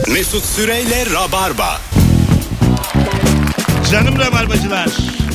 Mesut Süreyle Rabarba. Canım Rabarbacılar.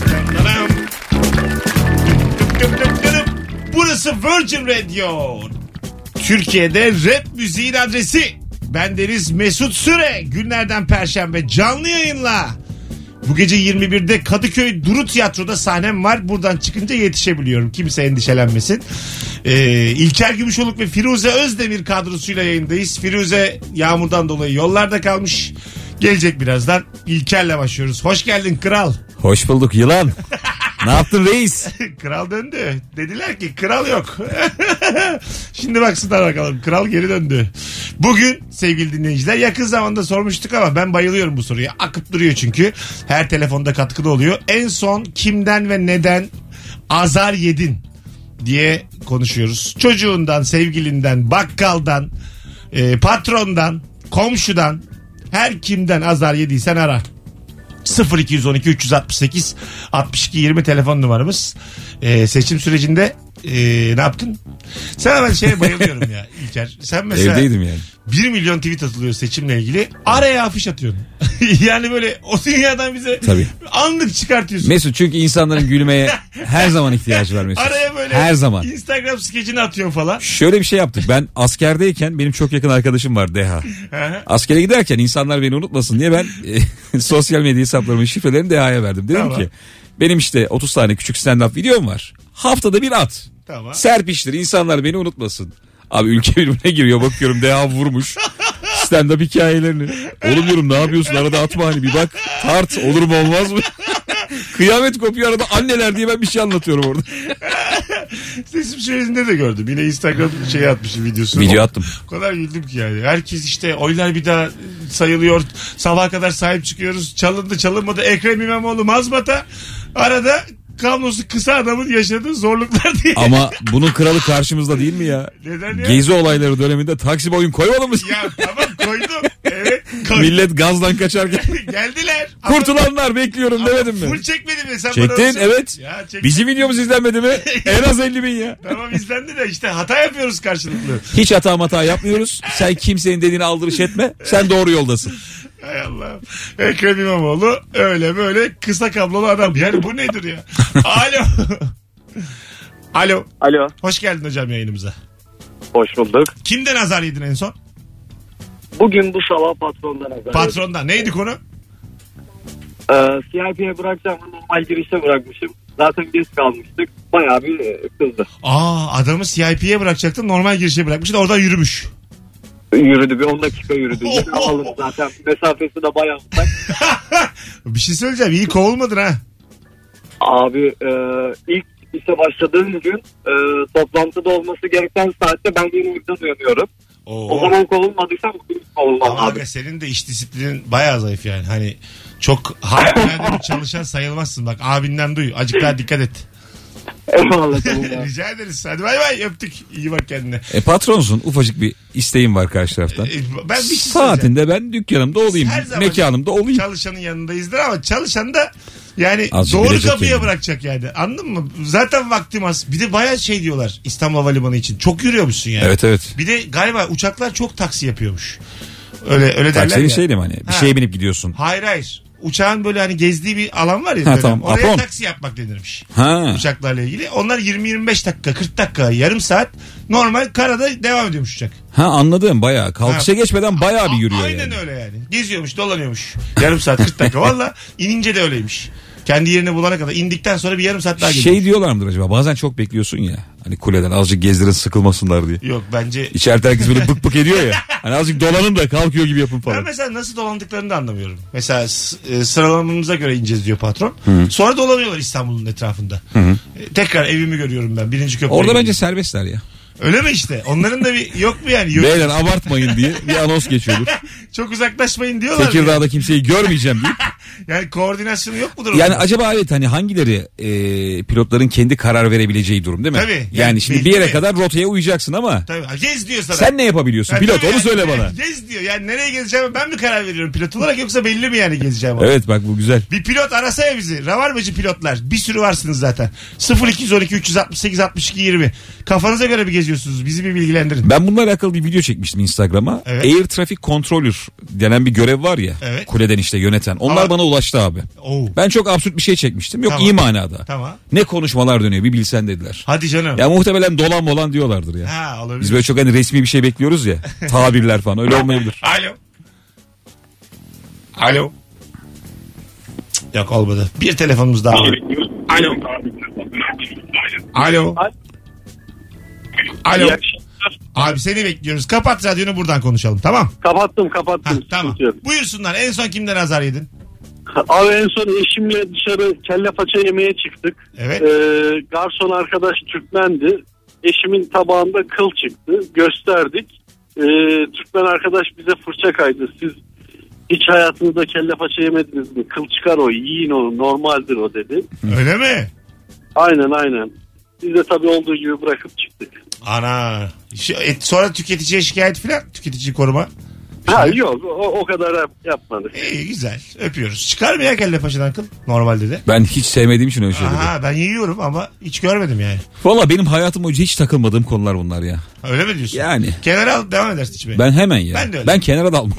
Burası Virgin Radio. Türkiye'de rap müziğin adresi. Bendeniz Mesut Süre. Günlerden Perşembe canlı yayınla. Bu gece 21'de Kadıköy Duru Tiyatro'da sahnem var. Buradan çıkınca yetişebiliyorum. Kimse endişelenmesin. İlker Gümüşoluk ve Firuze Özdemir kadrosuyla yayındayız. Firuze yağmurdan dolayı yollarda kalmış. Gelecek birazdan. İlker'le başlıyoruz. Hoş geldin kral. Hoş bulduk yılan. Ne yaptın reis? Kral döndü. Dediler ki kral yok. Şimdi baksınlar bakalım. Kral geri döndü. Bugün sevgili dinleyiciler yakın zamanda sormuştuk ama ben bayılıyorum bu soruya. Akıp duruyor çünkü. Her telefonda katkıda oluyor. En son kimden ve neden azar yedin diye konuşuyoruz. Çocuğundan, sevgilinden, bakkaldan, patrondan, komşudan, her kimden azar yediysen ara. 0212 368 62 20 telefon numaramız. Seçim sürecinde ne yaptın? Sen ben şeye bayılıyorum ya İlker. Sen mesela evdeydim yani. 1 milyon tweet atılıyor seçimle ilgili. Araya afiş atıyorsun. Yani böyle o dünyadan bize Tabii. anlık çıkartıyorsun. Mesut çünkü insanların gülmeye her zaman ihtiyacı var Mesut. Araya böyle her zaman. Instagram skecini atıyorsun falan. Şöyle bir şey yaptık. Ben askerdeyken benim çok yakın arkadaşım var Deha. Askere giderken insanlar beni unutmasın diye ben sosyal medya hesaplarımın şifrelerini Deha'ya verdim. Dedim Tamam. ki benim işte 30 tane küçük stand-up videom var. Haftada bir at. Tamam. Serpiştir insanlar beni unutmasın. Abi ülke birbirine giriyor bakıyorum Deha vurmuş. Stand-up hikayelerini. Oğlum diyorum ne yapıyorsun arada atma hani bir bak tart olur mu olmaz mı? Kıyamet kopuyor arada anneler diye ben bir şey anlatıyorum orada. Sesim sürecinde de gördüm. Yine Instagram şeyi atmışım videosunu. Video attım. O kadar güldüm ki yani. Herkes işte oylar bir daha sayılıyor. Sabaha kadar sahip çıkıyoruz. Çalındı çalınmadı. Ekrem İmamoğlu mazbata. Arada kablosu kısa adamın yaşadığı zorluklar diye. Ama bunun kralı karşımızda değil mi ya? Neden ya? Gezi olayları döneminde Taksim oyun koymadı mı? Ya tamam koydum. Evet koydum. Millet gazdan kaçarken. Geldiler. Kurtulanlar bekliyorum demedim mi? Full çekmedi mi? Sen bana Çektin onu söyle. evet. Ya, çektim. Bizim videomuz izlenmedi mi? En az 50 bin ya. Tamam izlendi de işte hata yapıyoruz karşılıklı. Hiç hata yapmıyoruz. Sen kimsenin dediğini aldırış etme. Sen doğru yoldasın. Hay Allah'ım. Ekrem İmamoğlu öyle böyle kısa kablolu adam. Yani bu nedir ya? Alo. Alo. Alo. Hoş geldin hocam yayınımıza. Hoş bulduk. Kimden azar yedin en son? Bugün bu sabah patrondan azar. Patrondan. Neydi konu? CIP'ye bırakacağım. Normal girişe bırakmışım. Zaten geç kalmıştık. Bayağı bir kızdı. Adamı CIP'ye bırakacaktın. Normal girişe bırakmışsın. Oradan yürümüş. Yürüdü bir 10 dakika yürüdü. Alalım zaten mesafesi de bayağı uzak. Bir şey söyleyeceğim. İyi kovulmadın ha. Abi ilk işe başladığım gün toplantıda olması gereken saatte ben yeni evden uyanıyorum. O zaman kovulmadıysam bugün kovulmam Ama abi. abi senin de iş disiplinin bayağı zayıf yani. Hani çok harikulade bir çalışan sayılmazsın. Bak abinden duy. Azıcık daha dikkat et. Eyvallah. Rica ederiz. Hadi bay bay öptük. İyi bak kendine. Patronsun ufacık bir isteğim var karşı taraftan. Ben bir şey Saatinde ben dükkanımda olayım. Her zaman Mekanımda olayım. Çalışanın yanındayızdır ama çalışan da yani Azıcık doğru bilecek kapıya yani. bırakacak yani. Anladın mı? Zaten vaktim az. Bir de bayağı şey diyorlar İstanbul Havalimanı için. Çok yürüyormuşsun yani. Evet. Bir de galiba uçaklar çok taksi yapıyormuş. Öyle derler Taksinin ya. şeydi mi hani bir şeye binip gidiyorsun. Hayır. Uçağın böyle hani gezdiği bir alan var ya. Ha, tamam. Oraya Apron. taksi yapmak denirmiş. Ha. Uçaklarla ilgili. Onlar 20-25 dakika, 40 dakika, yarım saat normal karada devam ediyormuş uçak. Ha anladım bayağı. Kalkışa geçmeden bayağı bir yürüyor Aynen yani. öyle yani. Geziyormuş, dolanıyormuş. Yarım saat, 40 dakika. Valla inince de öyleymiş. Kendi yerine bulana kadar indikten sonra bir yarım saat daha geziyor. Şey diyorlar mıdır acaba? Bazen çok bekliyorsun ya. Hani kuleden azıcık gezdirin sıkılmasınlar diye. Yok bence... İçeride herkes böyle bık bık ediyor ya. Hani azıcık dolanın da kalkıyor gibi yapın Ben falan. mesela nasıl dolandıklarını da anlamıyorum. Mesela sıralamamıza göre ineceğiz diyor patron. Sonra dolanıyorlar İstanbul'un etrafında. Tekrar evimi görüyorum ben. Birinci köprüye Orada gidiyorum. bence serbestler ya. Öyle mi işte? Onların da bir yok mu yani? Yok. Beyler abartmayın diye bir anons geçiyordur. Çok uzaklaşmayın diyorlar. Tekirdağ'da kimseyi görmeyeceğim deyip Yani koordinasyonu yok mudur? Yani acaba evet hani hangileri pilotların kendi karar verebileceği durum değil mi? Tabii. Yani şimdi bir yere belli. kadar rotaya uyacaksın ama Tabii. Gez diyor sana. sen ne yapabiliyorsun? Yani Pilot tabii onu söyle bana. Gez diyor. Yani nereye gezeceğim ben mi karar veriyorum pilot olarak yoksa belli mi yani gezeceğim? Evet bak bu güzel. Bir pilot arasa ya bizi. Rabarbacı pilotlar. Bir sürü varsınız zaten. 0212 368 62 20. Kafanıza göre bir geziyorsunuz. Bizi bir bilgilendirin. Ben bununla alakalı bir video çekmiştim Instagram'a. Evet. Air Traffic Controller denen bir görev var ya. Evet. Kuleden işte yöneten. Onlar bana ulaştı abi. Oo. Ben çok absürt bir şey çekmiştim. Yok Tamam. iyi manada. Tamam. Ne konuşmalar dönüyor bir bilsen dediler. Hadi canım. Ya muhtemelen dolan molan diyorlardır ya. Ha olabilir. Biz böyle çok hani resmi bir şey bekliyoruz ya. Tabirler falan öyle olmayabilir. Alo. Alo. Cık, yok olmadı. Bir telefonumuz daha var. Alo. Alo. Alo. Abi seni bekliyoruz. Kapat radyonu buradan konuşalım tamam. Kapattım. Ha, tamam. Buyursunlar en son kimden azar yedin? Abi en son eşimle dışarı kelle paça yemeye çıktık. Evet. Garson arkadaş Türkmendi. Eşimin tabağında kıl çıktı. Gösterdik. Türkmen arkadaş bize fırça kaydı. Siz hiç hayatınızda kelle paça yemediniz mi? Kıl çıkar o, yiyin onu, normaldir o dedi. Öyle mi? Aynen. Biz de tabii olduğu gibi bırakıp çıktık. Ana. Sonra tüketiciye şikayet falan. Tüketici koruma. Ha yok o kadar yapmadık. İyi güzel. Öpüyoruz. Çıkar mı ya kelle paçadan kıl? Normalde de. Ben hiç sevmediğim için öyle şeyleri. Aha ben yiyorum ama hiç görmedim yani. Valla benim hayatım boyunca hiç takılmadığım konular bunlar ya. Öyle mi diyorsun? Yani. Kenara al devam edersin içmeye. Ben hemen ya. Ben de öyle. Ben kenara da almam.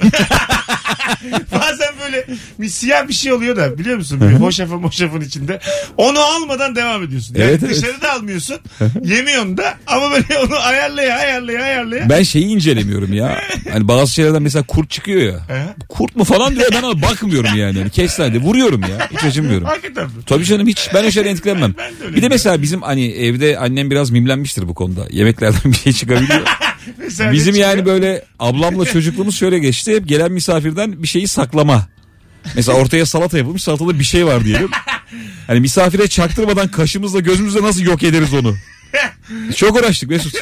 Bazen böyle bir siyah bir şey oluyor da biliyor musun? Bir hoşafın içinde. Onu almadan devam ediyorsun. Yani Evet, dışarı da almıyorsun. Yemiyorsun da ama böyle onu ayarlaya. Ben şeyi incelemiyorum ya. Hani bazı şeylerden mesela kurt çıkıyor ya. Kurt mu falan diye ben ona bakmıyorum yani. Yani kestane vuruyorum ya. Hiç acımıyorum. Hakikaten mi? Tabii canım hiç ben o şeyden etkilenmem. Ben de öyle Bir de mesela bizim hani evde annem biraz mimlenmiştir bu konuda. Yemeklerden bir şey çıkabiliyor. Mesela Bizim ne yani çıkıyor? böyle ablamla çocukluğumuz şöyle geçti. Hep gelen misafirden bir şeyi saklama. Mesela ortaya salata yapılmış, salatada bir şey var diyelim. Hani misafire çaktırmadan kaşımızla gözümüzle nasıl yok ederiz onu? Çok uğraştık Mesut.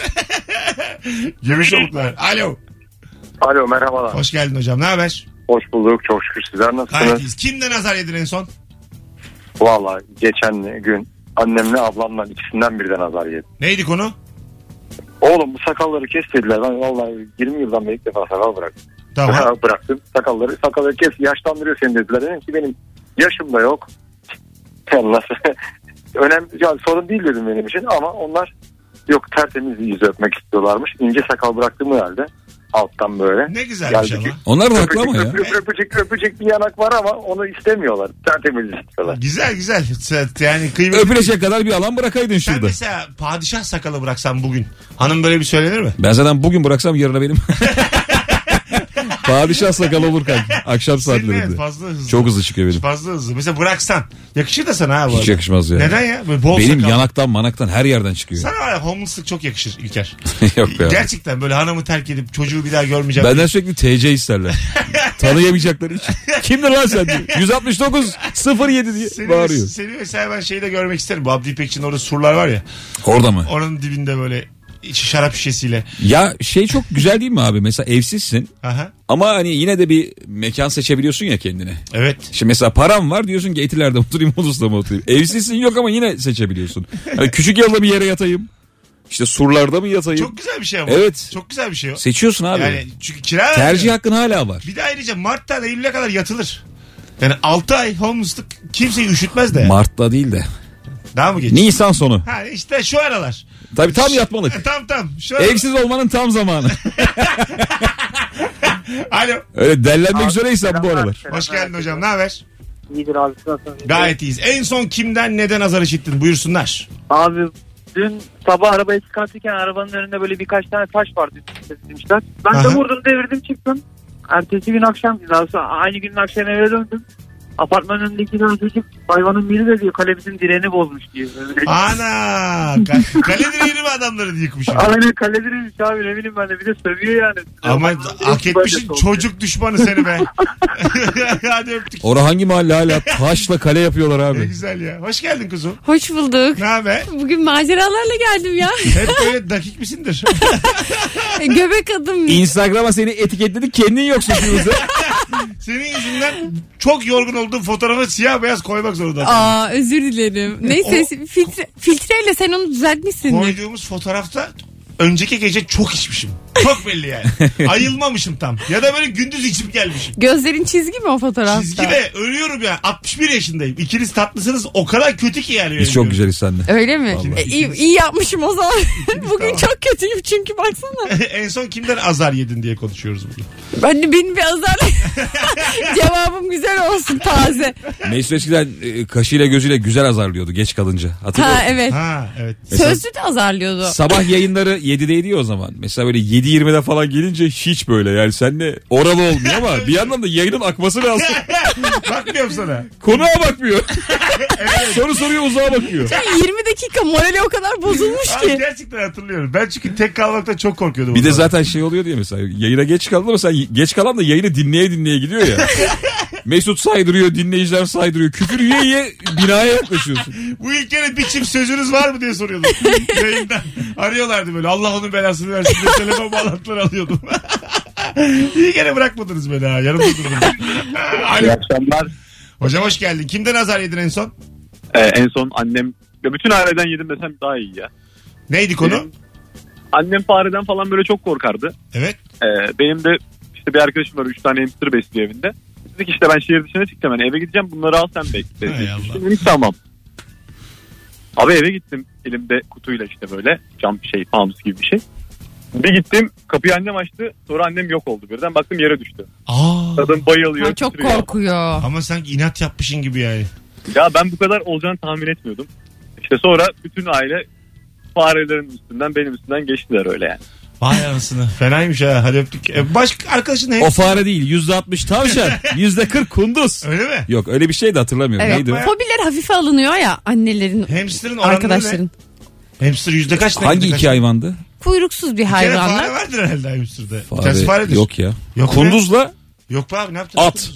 Yemiş olduklar. Alo. Alo merhabalar. Hoş geldin hocam. Ne haber? Hoş bulduk. Çok şükür sizler nasılsınız? Gayet iyiyiz. Kimden azar yedin en son? Valla geçen gün annemle ablamla ikisinden birden azar yedim. Neydi konu? Oğlum bu sakalları kes dediler. Ben vallahi 20 yıldan beri ilk defa sakal bıraktım. Tamam. Bıraktım. Sakalları kes yaşlandırıyor seni dediler. Dedim ki benim yaşım da yok. Nasıl? Önemli yani sorun değil dedim benim için ama onlar yok tertemiz yüzü öpmek istiyorlarmış. İnce sakal bıraktığım halde alttan böyle. Ne güzelmiş ama. Onlar da haklı ama ya. Öpecek bir yanak var ama onu istemiyorlar. Tertemiz istiyorlar. Güzel. Yani kıymetli. Öpülecek kadar bir alan bırakaydın Ben şurada. mesela padişah sakalı bıraksam bugün. Hanım böyle bir söylenir mi? Ben zaten bugün bıraksam yarına benim. Padişah sakal olur kanka. Akşam Senin evet saatlerinde. fazla hızlı. Çok hızlı çıkıyor benim. Fazla hızlı. Mesela bıraksan. Yakışır da sana ha bu Hiç arada. yakışmaz ya. Neden ya? Böyle bol Benim sakal. yanaktan manaktan her yerden çıkıyor. Sana var ya homeless'lık çok yakışır İlker. Yok be. Gerçekten böyle hanımı terk edip çocuğu bir daha görmeyeceğim. Benden sürekli TC isterler. Tanıyamayacakları için. Kimdir lan sen diye. 169 07 diye bağırıyor. Seni mesela ben şeyi de görmek isterim. Bu Abdi İpekçi'nin orada surlar var ya. Orada mı? Oranın dibinde böyle şarap şişesiyle. Ya şey çok güzel değil mi abi? Mesela evsizsin. Aha. Ama hani yine de bir mekan seçebiliyorsun ya kendine. Evet. Şimdi mesela param var diyorsun ki Etiler'de oturayım, Ulus'ta mı oturayım? Evsizsin yok ama yine seçebiliyorsun. Hani küçük yolda bir yere yatayım. İşte surlarda mı yatayım? Çok güzel bir şey ama. Evet. Çok güzel bir şey o. Seçiyorsun abi. Yani çünkü kira Tercih vermiyor. hakkın hala var. Bir de ayrıca Mart'tan Eylül'e kadar yatılır. Yani 6 ay homeless'lık kimseyi üşütmez de. Yani. Mart'ta değil de. Daha mı geç? Nisan sonu. Ha işte şu aralar. Tabii tam yatmalık. Tam. Şu aralar. Evsiz olmanın tam zamanı. Alo. Öyle dellenmek üzereysen bu aralar. Hoş geldin hocam. Ne haber? İyidir abi. Nasılsın? Gayet iyiyiz. En son kimden neden azar işittin? Buyursunlar. Abi dün sabah arabaya çıkartırken arabanın önünde böyle birkaç tane taş vardı. Demişler. Ben Aha. de vurdum devirdim çıktım. Ertesi gün akşam aynı günün akşam eve döndüm. Apartmanın önündeki çocuk hayvanın biri de diyor kalemizin direğini bozmuş diyor. Ana. Kale direğini mi adamları yıkmış? Aynen kale direğiymiş abi ne bileyim ben de bir de sövüyor yani. Ama hak etmişsin çocuk düşmanı seni be. Hadi öptük. Orada hangi mahalle hala taşla kale yapıyorlar Ne abi. güzel ya. Hoş geldin kuzum. Hoş bulduk. Ne haber? Bugün maceralarla geldim ya. Hep böyle dakik misindir? Göbek adım. Instagram'a seni etiketledik kendin yoksun Firuze. Senin yüzünden çok yorgun olduğum fotoğrafa siyah beyaz koymak zorunda. Aa, özür dilerim. Neyse filtreyle sen onu düzeltmişsin. Koyduğumuz fotoğrafta önceki gece çok içmişim. Çok belli yani. Ayılmamışım tam. Ya da böyle gündüz içip gelmişim. Gözlerin çizgi mi o fotoğrafta? Çizgi de ölüyorum ya. 61 yaşındayım. İkiniz tatlısınız. O kadar kötü ki yani. Biz çok güzeliz seninle. Öyle mi? İyi yapmışım o zaman. Bugün çok kötüyüm çünkü baksana. En son kimden azar yedin diye konuşuyoruz bugün. Benim bir azar. Cevabım güzel olsun, taze. Mesut eskiden kaşıyla gözüyle güzel azarlıyordu geç kalınca. Hatırlıyor musun? Evet. Ha evet. Sözlü de azarlıyordu. Sabah yayınları 7'deydi ya o zaman. Mesela böyle 7.20'de falan gelince hiç böyle yani senle oralı olmuyor ama bir yandan da yayının akması lazım. Bakmıyorum sana. Konuğa bakmıyor. Soru soruyor, uzağa bakıyor. 20 dakika morali o kadar bozulmuş Abi ki. gerçekten hatırlıyorum. Ben çünkü tek kalmaktan çok korkuyordum. Bir de zaten şey oluyor diye mesela yayına geç kaldın ama sen geç kalan da yayını dinleye gidiyor ya. Mesut saydırıyor, dinleyiciler saydırıyor. Küfür yiye binaya yaklaşıyorsun. Bu İlker'e biçim sözünüz var mı diye soruyordum. Yayından. Arıyorlardı böyle. Allah onun belasını versin diye telefon bağlantıları alıyordum. İyi gene bırakmadınız beni ha. Yanımda durdum. İyi akşamlar. Hocam hoş geldin. Kimden azar yedin en son? En son annem, ya bütün aileden yedim desem daha iyi ya. Neydi konu? Annem fareden falan böyle çok korkardı. Evet. Benim de işte bir arkadaşım var, 3 tane hamster besliyor evinde. Dedik işte ben şehir dışına çıkacağım, hani eve gideceğim, bunları al sen bekle. Hay Allah. Dedim tamam. Abi eve gittim elimde kutuyla işte böyle cam şey, fanus gibi bir şey. Bir gittim, kapıyı annem açtı, sonra annem yok oldu birden, baktım yere düştü. Kadın bayılıyor. Ha, çok titriyor. korkuyor. Ama sanki inat yapmışın gibi yani. Ya ben bu kadar olacağını tahmin etmiyordum. İşte sonra bütün aile farelerin üstünden benim üstümden geçtiler öyle yani. Vay anasını. Fenaymış ha. Hadi öptük. Başka arkadaşın ne? O fare değil, %60 tavşan, %40 kunduz. Öyle mi? Yok öyle bir şey de hatırlamıyorum. Evet. Neydi o? Fobiler hafife alınıyor ya annelerin, Hamster'ın oranları arkadaşların. ne? Hamster yüzde kaç? Hangi iki hayvandı? Kuyruksuz bir Bir kere hayvanlar. fare vardır herhalde hamster'da. Bir tanesi faredir. Yok ya. Yok Kunduzla Yok be abi ne yaptın? at.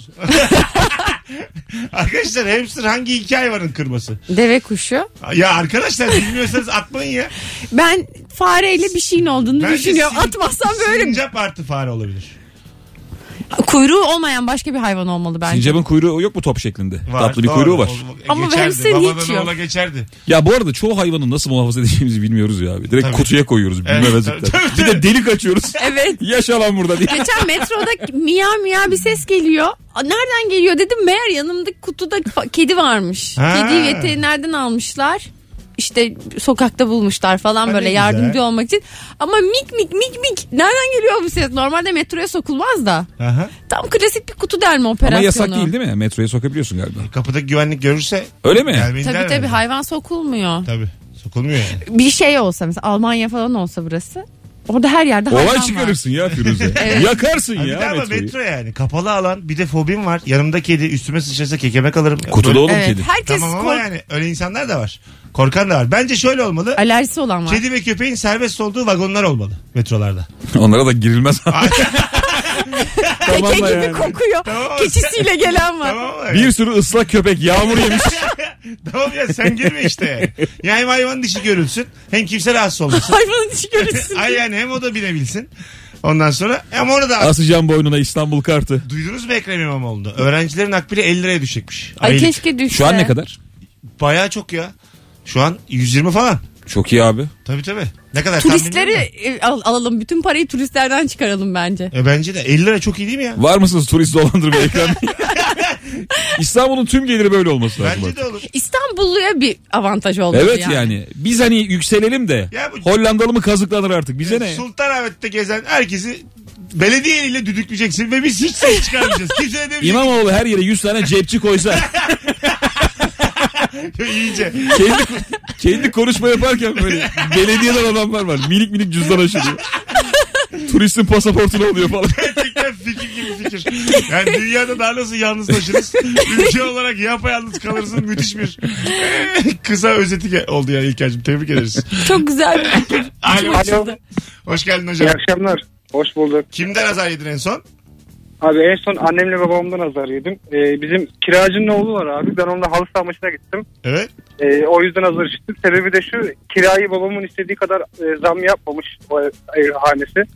Arkadaşlar hamster hangi iki hayvanın kırması? Deve kuşu. Ya arkadaşlar bilmiyorsanız atmayın ya. Ben fareyle bir şeyin olduğunu Bence düşünüyorum. Atmazsam böyle sincap artı fare olabilir. kuyruğu olmayan başka bir hayvan olmalı bence. Sincap'ın kuyruğu yok mu top şeklinde? Var, Tatlı bir doğru. kuyruğu var. Ama Geçerdi. hamsterın hiç Babadan yok. oğula geçerdi. Ya bu arada çoğu hayvanı nasıl muhafaza edeceğimizi bilmiyoruz ya abi. Direkt Tabii. kutuya koyuyoruz Evet, bilmemezlikten. tabii. Bir de delik açıyoruz. Evet. Yaşa lan burada diye. Geçen metroda miyav miyav bir ses geliyor. Nereden geliyor dedim, meğer yanımdaki kutuda kedi varmış. Ha. Kediyi veterinerden almışlar. İşte sokakta bulmuşlar falan, Ha, böyle ne yardımcı güzel. olmak için. Ama mik. Nereden geliyor bu ses? Normalde metroya sokulmaz da. Aha. Tam klasik bir kutu delme operasyonu. Ama yasak değil mi? Metroya sokabiliyorsun galiba. Kapıdaki güvenlik görürse Öyle mi? gelmeyin der Tabii mi? hayvan sokulmuyor. Tabii. Sokulmuyor yani. Bir şey olsa mesela Almanya falan olsa burası. Orada her yerde hayvan Olay var. çıkarırsın ya Firuze. Yakarsın Bir ya de ama metroyu. metro yani. Kapalı alan. Bir de fobim var. Yanımda kedi üstüme sıçrasa kekeme kalırım. Kutuda Böyle- oğlum Evet, kedi. herkes Tamam ama yani öyle insanlar da var. Korkan da var. Bence şöyle olmalı. alerjisi olan var. Kedi ve köpeğin serbest olduğu vagonlar olmalı metrolarda. Onlara da girilmez. Teke Tamam da gibi yani. kokuyor. Tamam. Keçisiyle gelen var. Tamam mı? Bir sürü ıslak köpek yağmur yemiş. Tamam ya sen girme işte yani. Ya hem hayvan dişi görülsün hem kimse rahatsız olmasın. Hayvanın dişi görürsün. Ay yani hem o da binebilsin. Ondan sonra ama orada Asacağım boynuna İstanbul kartı. duydunuz mu Ekrem İmamoğlu'nu? Öğrencilerin akbili 50 liraya düşecekmiş. Ay Aylık. keşke düşse. Şu an ne kadar? Bayağı çok ya. Şu an 120 falan. Çok iyi abi. Tabii tabii. Ne kadar tam Turistleri bilmiyorum alalım. Bütün parayı turistlerden çıkaralım bence. da. Bence de 50 lira çok iyi değil mi ya? Var mısınız turist dolandırma Ekrem? İstanbul'un tüm geliri böyle olması lazım. Bence de olur. İstanbulluya bir avantaj oldu Evet yani. Biz hani yükselelim de Ya bu- Hollandalı mı kazıklanır artık bize ne? Sultanahmet'te gezen herkesi belediye eliyle düdükleyeceksin ve biz hiç ses çıkarmayacağız. Kimse de demeyecek. İmamoğlu her yere 100 tane cepçi koysa İyice. kendi konuşma yaparken böyle belediyeden adamlar var. Minik minik cüzdan aşırıyor. Turistin pasaportunu alıyor falan. Gerçekten fikir gibi fikir. Yani dünyada daha nasıl yalnızlaşırız? Ülke olarak yapayalnız kalırsın. Müthiş bir kısa özeti oldu yani İlker'cim. Tebrik ederiz. Çok güzel bir fikir. Alo. Hoş geldin hocam. İyi akşamlar. Hoş bulduk. Kimden azar yedin en son? Abi en son annemle babamdan azar yedim. Bizim kiracının oğlu var abi. Ben onunla halı saha maçına gittim. Evet. O yüzden azar işittim. Sebebi de şu, kirayı babamın istediği kadar zam yapmamış o ev hanesi.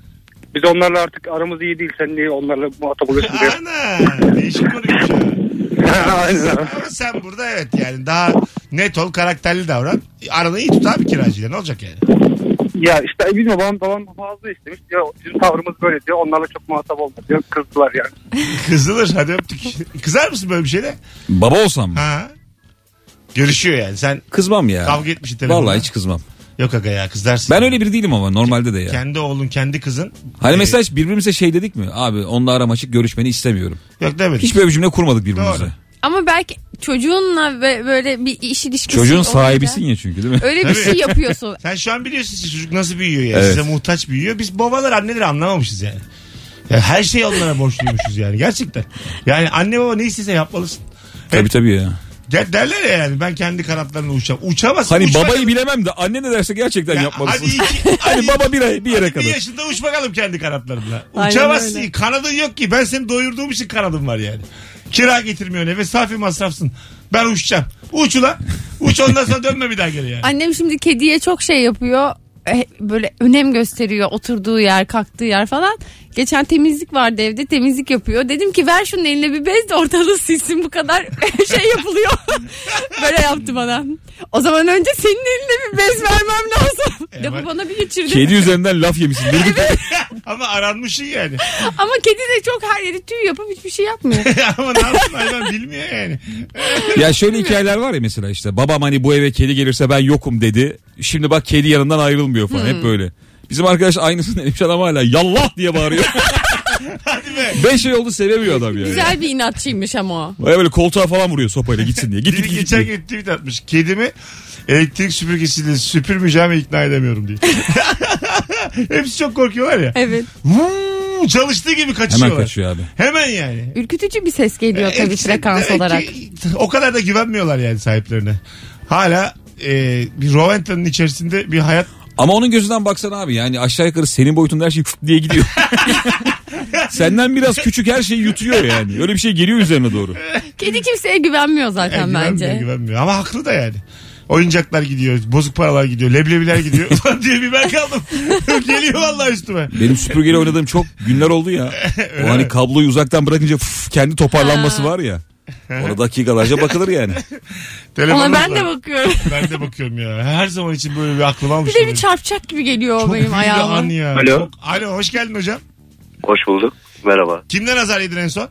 Biz onlarla artık aramız iyi değil. Sen niye onlarla muhatap oluyorsun diyor. Ana değişik konuymuş ya. Aynen. Ama sen burada evet yani daha net ol, karakterli davran. Aranı iyi tut abi kiracıyla, ne olacak yani? Ya işte bilmiyorum, babam fazla istemiş diyor. Bizim tavrımız böyle diyor. Onlarla çok muhatap olma diyor. Kızdılar yani. Kızılır, hadi öptük. Kızar mısın böyle bir şeyle? Baba olsam mı? Ha. Görüşüyor yani. Sen Kızmam ya. kavga etmişsin telefonda. Vallahi hiç kızmam. Yok aga ya, kızlarsın. Ben öyle biri değilim ama normalde de ya. Kendi oğlun, kendi kızın. Hani mesela hiç birbirimize şey dedik mi? Abi onunla aram açık, görüşmeni istemiyorum. Yok demedik. Hiç böyle bir cümle kurmadık birbirimize. Doğru. Ama belki çocuğunla böyle bir iş ilişkisi. Çocuğun olunca sahibisin ya çünkü değil mi? öyle bir şey yapıyorsun. Sen şu an biliyorsun çocuk nasıl büyüyor ya. Evet. Size muhtaç büyüyor. Biz babalar anneleri anlamamışız yani. Ya her şeyi onlara borçluymuşuz yani gerçekten. Yani anne baba ne istese yapmalısın. Tabii ya. Derler ya yani ben kendi kanatlarımla uçacağım. Uçamazsın. Hani uç babayı bakalım. bilemem de anne ne derse gerçekten Ya yapmalısın. hadi Hani baba bir yere hadi kadar. bir yaşında uç bakalım kendi kanatlarınla. Aynen Uçamazsın. öyle. Kanadın yok ki. Ben seni doyurduğum için kanadım var yani. Kira getirmiyor eve. Safi masrafsın. Ben uçacağım. Uç ulan. Uç ondan sonra dönme bir daha geri yani. Annem şimdi kediye çok şey yapıyor. Böyle önem gösteriyor, oturduğu yer, kalktığı yer falan. Geçen temizlik vardı evde, temizlik yapıyor. Dedim ki ver şunun eline bir bez de ortalığı silsin, bu kadar şey yapılıyor. Böyle yaptı bana. O zaman önce senin eline bir bez vermem lazım. Lafı bana bir geçirdi. Kedi üzerinden laf yemişsin. Ama aranmışsın yani. Ama kedi de çok her yeri tüy yapıp hiçbir şey yapmıyor. Ama ne yapsın hayvan bilmiyor yani. Ya şöyle hikayeler var ya mesela işte. Babam hani bu eve kedi gelirse ben yokum dedi. Şimdi bak kedi yanından ayrılmıyor falan. Hep böyle. Bizim arkadaş aynısını demiş, adam hala yallah diye bağırıyor. Hadi be. 5 ay oldu, sevemiyor adam yani. Güzel bir inatçıymış ama o. Baya böyle koltuğa falan vuruyor sopayla gitsin diye. Git Biri git git. geçen gün tweet atmış. Kedimi elektrik süpürgesiyle süpürmeyeceğime ikna edemiyorum diye. Hepsi çok korkuyorlar ya. Evet. Çalıştığı gibi kaçıyorlar. Hemen kaçıyor abi. Hemen yani. Ürkütücü bir ses geliyor tabii frekans demek olarak. ki o kadar da güvenmiyorlar yani sahiplerine. Hala bir Roventa'nın içerisinde bir hayat. Ama onun gözünden baksana abi, yani aşağı yukarı senin boyutunda her şey fıt diye gidiyor. Senden biraz küçük her şeyi yutuyor yani. Öyle bir şey geliyor üzerine doğru. Kedi kimseye güvenmiyor zaten bence. Güvenmiyor ama haklı da yani. Oyuncaklar gidiyor, bozuk paralar gidiyor, leblebiler gidiyor. Ulan diye bir ben kaldım. Geliyor vallahi üstüme. Benim süpürgeyle oynadığım çok günler oldu ya. O hani kabloyu uzaktan bırakınca kendi toparlanması var ya. Ona dakikalarca bakılır yani. Ona ben de bakıyorum. Ben de bakıyorum ya. Her zaman için böyle bir aklım almış. Bir de bir çarpacak gibi geliyor çok benim ayağıma. An ya. Alo. Alo, hoş geldin hocam. Hoş bulduk. Merhaba. Kimden azar yedin en son?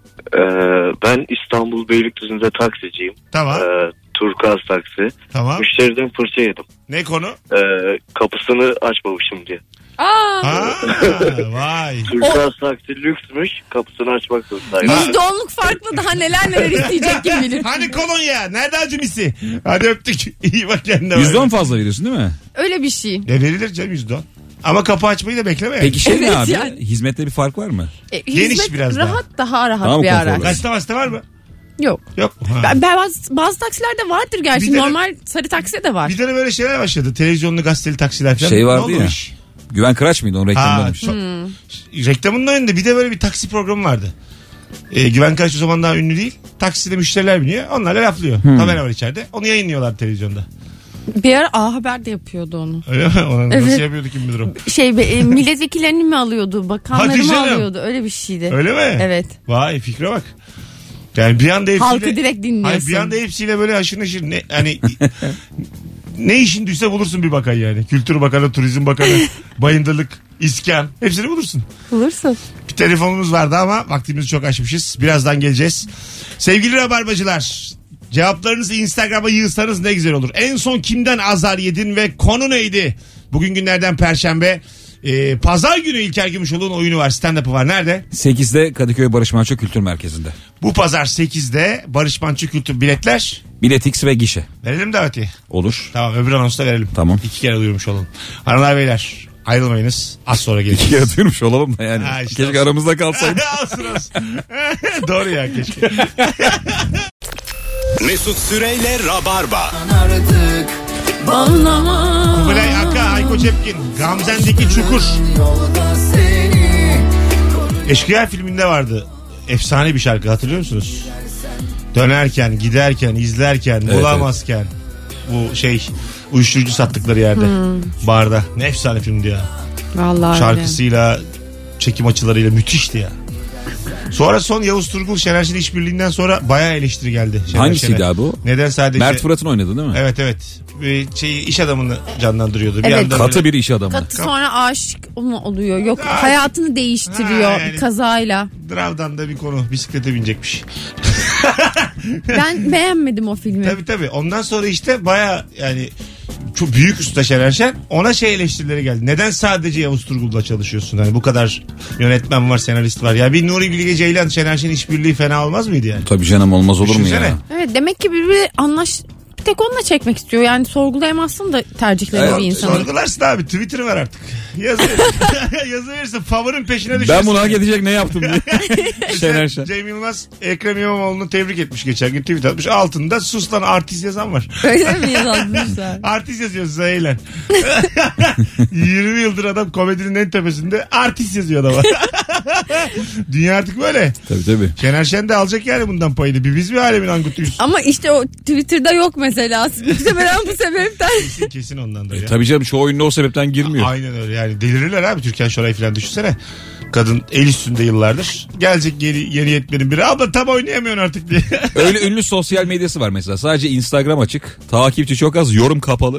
Ben İstanbul Beylikdüzü'nde taksiciyim. Tamam. Turkuaz taksi. Tamam. Müşteriden fırça yedim. Ne konu? Kapısını açmamışım diye. Aa, Vay. Turkuaz taksi lüksmüş. Kapısını açmak zorundayım. %10'luk farklı daha neler isteyecek kim bilir. Hani kolonya? Nerede acımisi? Hadi öptük. İyi bak kendine. %10 fazla veriyorsun değil mi? Öyle bir şey. Ne verilir canım %10? Ama kapı açmayı da bekleme yani. Peki şey ne Evet abi? yani. Hizmette bir fark var mı? Geniş Hizmet biraz rahat daha rahat Daha mı bir konforlu? araç. Gazete mazete var mı? Yok. Yok. Ha. Ben bazı taksilerde vardır gerçi. Bir de- Normal sarı taksi de var. Bir tane böyle şeyler başladı. Televizyonlu gazeteli taksiler falan. Şey vardı Ne oldu o ya. iş? Güven Kıraç mıydı? Onun reklamını Ha, dönmüş. reklamının önünde bir de böyle bir taksi programı vardı. Güven Karaç o zaman daha ünlü değil. Takside müşteriler biniyor. Onlarla laflıyor. Kamera var içeride. Onu yayınlıyorlar televizyonda. Bir ara A Haber de yapıyordu onu. Öyle mi? Onu nasıl Evet. yapıyordu kim bilir o. Milletvekillerini mi alıyordu? Bakanları Hadi mı canım. alıyordu? Öyle bir şeydi. Öyle mi? Evet. Vay fikre bak. Yani bir anda hepsiyle... Halkı direkt dinliyorsun. Hayır, bir anda hepsiyle böyle haşır neşir. Hani ne işin düşse bulursun bir bakan yani. Kültür Bakanı, Turizm Bakanı, Bayındırlık, İskan. Hepsini bulursun. Bulursun. Bir telefonumuz vardı ama vaktimizi çok aşmışız. Birazdan geleceğiz. Sevgili Rabarbacılar, cevaplarınızı Instagram'a yığsanız ne güzel olur. En son kimden azar yedin ve konu neydi? Bugün günlerden Perşembe. Pazar günü İlker Gümüşoğlu'nun oyunu var. Stand-up'ı var. Nerede? 8'de Kadıköy Barış Manço Kültür Merkezi'nde. Bu pazar 8'de Barış Manço Kültür biletler. Bilet X ve gişe. Verelim davetiye. Olur. Tamam, öbür anonsta verelim. Tamam. 2 kere duyurmuş olalım. Hanımlar beyler ayrılmayınız. Az sonra İki geleceğiz. kere duyurmuş olalım da yani. Ha, işte Keşke olsun. aramızda kalsaydı. olsun. Doğru ya, keşke. Mesut Süreyle Rabarba. Kubilay Aka, Hayko Cepkin, Gamzen'deki Çukur. Eşkıya filminde vardı. Efsane bir şarkı, hatırlıyor musunuz? Dönerken, giderken, izlerken, Evet, bulamazken. Bu uyuşturucu sattıkları yerde. Barda. Ne efsane filmdi ya. Vallahi Şarkısıyla, çekim açılarıyla müthişti ya. Sonra son Yavuz Turgul Şener Şen işbirliğinden sonra bayağı eleştiri geldi. Hangisiydi abi o? Neden sadece... Mert Fırat'ın oynadı değil mi? Evet. İş adamını canlandırıyordu. Bir Evet. anda Katı böyle... bir iş adamı. Katı sonra aşık mı oluyor? Yok, hayatını değiştiriyor Ha, yani. kazayla. Drav'dan da bir konu. Bisiklete binecekmiş. Ben beğenmedim o filmi. Tabii. Ondan sonra işte baya yani çok büyük usta Şener Şen, ona eleştirileri geldi. Neden sadece Yavuz Turgul'la çalışıyorsun? Hani bu kadar yönetmen var, senarist var. Ya bir Nuri Bilge Ceylan Şener Şen işbirliği fena olmaz mıydı yani? Tabii canım, olmaz olur mu Düşünsene. ya? Evet, demek ki birbiri bir tek onunla çekmek istiyor. Yani sorgulayamazsın da tercihlerini bir insanın. Sorgularsın abi, Twitter var artık. Yazı verirsin, favorin peşine düşersin. Ben bunu hak edecek ne yaptım diye. Şener Şen. Cem Yılmaz Ekrem İmamoğlu'nu tebrik etmiş geçen gün, tweet atmış. Altında sus lan artist yazan var. Öyle mi yazmışlar? Artist yazıyor, size eğlen. 20 yıldır adam komedinin en tepesinde artist yazıyor adama. Dünya artık böyle. Tabii. Şener Şen de alacak yani bundan payını. Biz bir alemin angutuyuz. Ama işte o Twitter'da yok mesela. Muhtemelen bu sebepten. Kesin ondandır ya. Tabii canım, çoğu oyunda o sebepten girmiyor. Aynen öyle yani, delirirler abi. Türkan Şoray falan düşünsene. Kadın el üstünde yıllardır. Gelecek yeni yetmenin biri. Abla tam oynayamıyorsun artık diye. Öyle ünlü sosyal medyası var mesela. Sadece Instagram açık. Takipçi çok az. Yorum kapalı.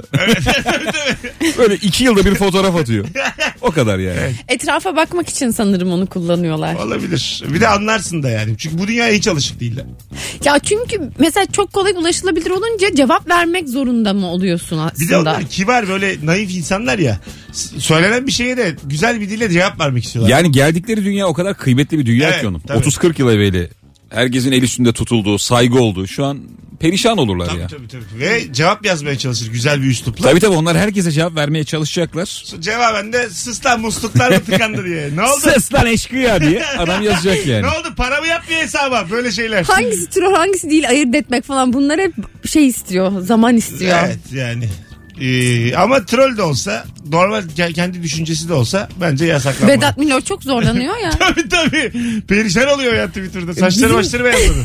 Böyle 2 yılda bir fotoğraf atıyor. O kadar yani. Evet. Etrafa bakmak için sanırım onu kullanıyorlar. Olabilir. Bir de anlarsın da yani. Çünkü bu dünyaya hiç alışık değiller. Ya çünkü mesela çok kolay ulaşılabilir olunca cevap vermek zorunda mı oluyorsun aslında? Bir de onlar kibar, böyle naif insanlar ya. Söylenen bir şeye de güzel bir dille cevap vermek istiyorlar. Yani geldikleri dünya o kadar kıymetli bir dünya Evet, ki onun. tabii. 30-40 yıl evveli herkesin el üstünde tutulduğu, saygı olduğu, şu an perişan olurlar ya. Tabii. Ve cevap yazmaya çalışır güzel bir üslupla. Tabii onlar herkese cevap vermeye çalışacaklar. Cevaben de sus lan musluklar mı tıkandı diye. Ne oldu? Ses lan eşkıya diye adam yazacak yani. Ne oldu? Paramı yapmıyor hesaba. Böyle şeyler. Hangisi troll hangisi değil ayırt etmek falan, bunlar hep istiyor, zaman istiyor. Evet yani. Ama troll de olsa, normal kendi düşüncesi de olsa bence yasaklanmalı. Vedat Milor çok zorlanıyor ya. Tabii. Perişan oluyor ya Twitter'da. Saçları başları beyazladı.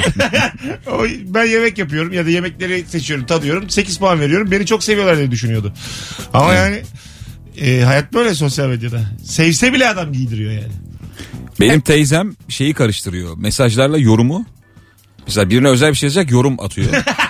Ben yemek yapıyorum ya da yemekleri seçiyorum, tadıyorum. 8 puan veriyorum. Beni çok seviyorlar diye düşünüyordu. Ama yani hayat böyle sosyal medyada. Sevse bile adam giydiriyor yani. Benim teyzem şeyi karıştırıyor. Mesajlarla yorumu. Mesela birine özel bir şey yazacak, yorum atıyor.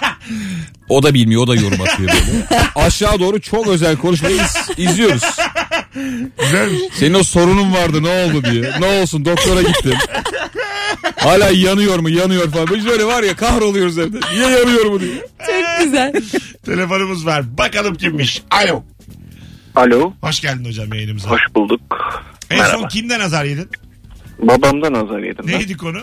O da bilmiyor, o da yorum atıyor böyle. Aşağı doğru çok özel konuşmayı izliyoruz. Güzelmiş. Senin o sorunun vardı, ne oldu diye. Ne olsun, doktora gittim. Hala yanıyor mu falan. Biz böyle var ya, kahroluyoruz evde. Niye yanıyor mu diye. Çok güzel. Telefonumuz var. Bakalım kimmiş. Alo. Alo. Hoş geldin hocam yayınımıza. Hoş bulduk. En Merhaba. son kimden azar yedin? Babamdan azar yedim ben. Neydi konu?